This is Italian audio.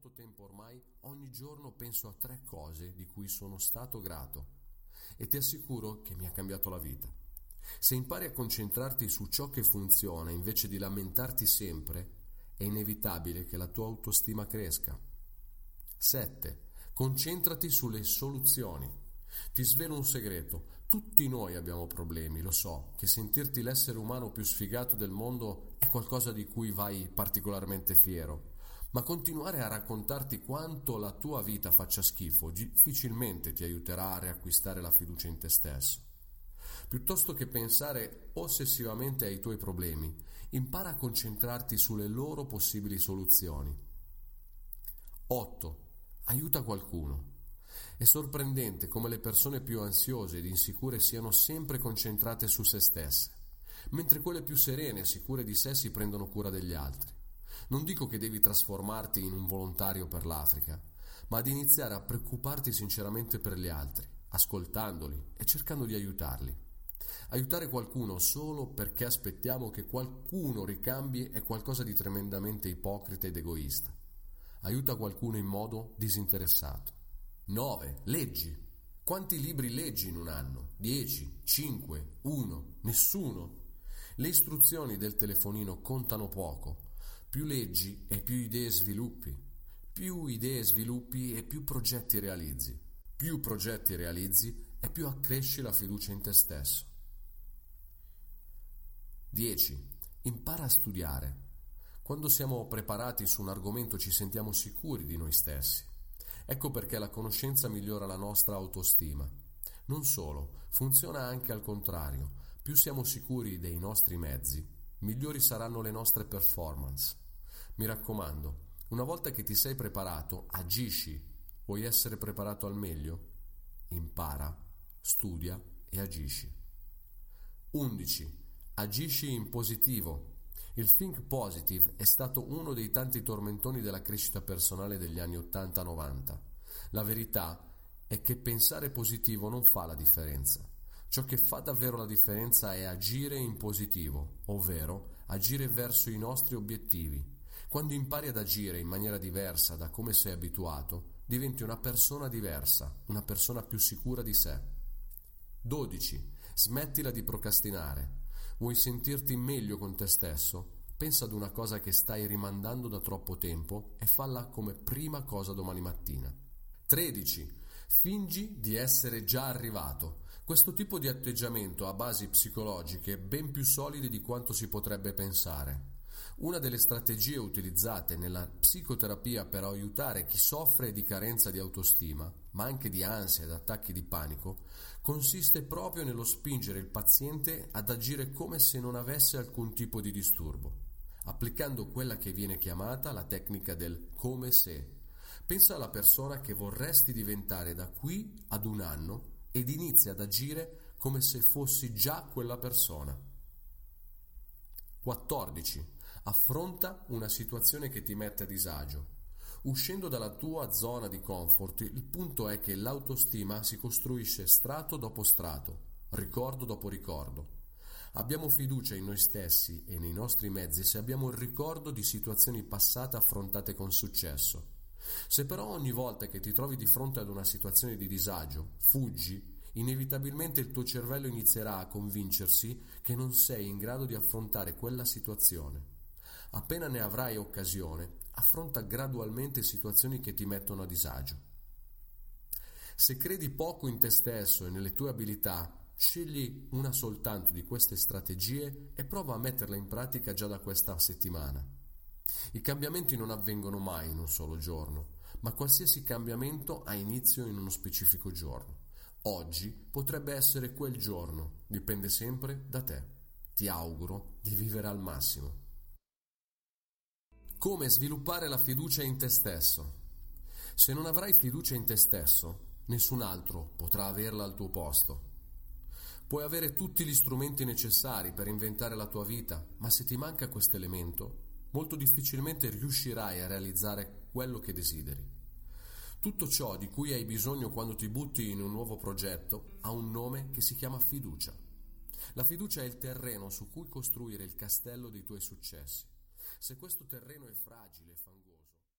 molto tempo ormai, ogni giorno penso a 3 cose di cui sono stato grato e ti assicuro che mi ha cambiato la vita. Se impari a concentrarti su ciò che funziona invece di lamentarti sempre, è inevitabile che la tua autostima cresca. 7. Concentrati sulle soluzioni. Ti svelo un segreto: tutti noi abbiamo problemi, lo so, che sentirti l'essere umano più sfigato del mondo è qualcosa di cui vai particolarmente fiero, ma continuare a raccontarti quanto la tua vita faccia schifo difficilmente ti aiuterà a riacquistare la fiducia in te stesso. Piuttosto che pensare ossessivamente ai tuoi problemi, impara a concentrarti sulle loro possibili soluzioni. 8. Aiuta qualcuno. È sorprendente come le persone più ansiose ed insicure siano sempre concentrate su se stesse, mentre quelle più serene e sicure di sé si prendono cura degli altri. Non dico che devi trasformarti in un volontario per l'Africa, ma ad iniziare a preoccuparti sinceramente per gli altri, ascoltandoli e cercando di aiutarli. Aiutare qualcuno solo perché aspettiamo che qualcuno ricambi è qualcosa di tremendamente ipocrita ed egoista. Aiuta qualcuno in modo disinteressato. 9. Leggi. Quanti libri leggi in un anno? 10, 5, 1, nessuno. Le istruzioni del telefonino contano poco. Più leggi e più idee sviluppi. Più idee sviluppi e più progetti realizzi. Più progetti realizzi e più accresci la fiducia in te stesso. 10. Impara a studiare. Quando siamo preparati su un argomento ci sentiamo sicuri di noi stessi. Ecco perché la conoscenza migliora la nostra autostima. Non solo, funziona anche al contrario. Più siamo sicuri dei nostri mezzi, migliori saranno le nostre performance. Mi raccomando, una volta che ti sei preparato, agisci. Vuoi essere preparato al meglio? Impara, studia e agisci. 11. Agisci in positivo. Il Think Positive è stato uno dei tanti tormentoni della crescita personale degli anni 80-90. La verità è che pensare positivo non fa la differenza. Ciò che fa davvero la differenza è agire in positivo, ovvero agire verso i nostri obiettivi. Quando impari ad agire in maniera diversa da come sei abituato, diventi una persona diversa, una persona più sicura di sé. 12. Smettila di procrastinare. Vuoi sentirti meglio con te stesso? Pensa ad una cosa che stai rimandando da troppo tempo e falla come prima cosa domani mattina. 13. Fingi di essere già arrivato. Questo tipo di atteggiamento ha basi psicologiche ben più solide di quanto si potrebbe pensare. Una delle strategie utilizzate nella psicoterapia per aiutare chi soffre di carenza di autostima, ma anche di ansia ed attacchi di panico, consiste proprio nello spingere il paziente ad agire come se non avesse alcun tipo di disturbo, applicando quella che viene chiamata la tecnica del come se. Pensa alla persona che vorresti diventare da qui ad un anno ed inizia ad agire come se fossi già quella persona. 14. Affronta una situazione che ti mette a disagio. Uscendo dalla tua zona di comfort, il punto è che l'autostima si costruisce strato dopo strato, ricordo dopo ricordo. Abbiamo fiducia in noi stessi e nei nostri mezzi se abbiamo il ricordo di situazioni passate affrontate con successo. Se però ogni volta che ti trovi di fronte ad una situazione di disagio, fuggi, inevitabilmente il tuo cervello inizierà a convincersi che non sei in grado di affrontare quella situazione. Appena ne avrai occasione, affronta gradualmente situazioni che ti mettono a disagio. Se credi poco in te stesso e nelle tue abilità, scegli una soltanto di queste strategie e prova a metterla in pratica già da questa settimana. I cambiamenti non avvengono mai in un solo giorno, ma qualsiasi cambiamento ha inizio in uno specifico giorno. Oggi potrebbe essere quel giorno, dipende sempre da te. Ti auguro di vivere al massimo. Come sviluppare la fiducia in te stesso? Se non avrai fiducia in te stesso, nessun altro potrà averla al tuo posto. Puoi avere tutti gli strumenti necessari per inventare la tua vita, ma se ti manca questo elemento, molto difficilmente riuscirai a realizzare quello che desideri. Tutto ciò di cui hai bisogno quando ti butti in un nuovo progetto ha un nome che si chiama fiducia. La fiducia è il terreno su cui costruire il castello dei tuoi successi. Se questo terreno è fragile e fangoso,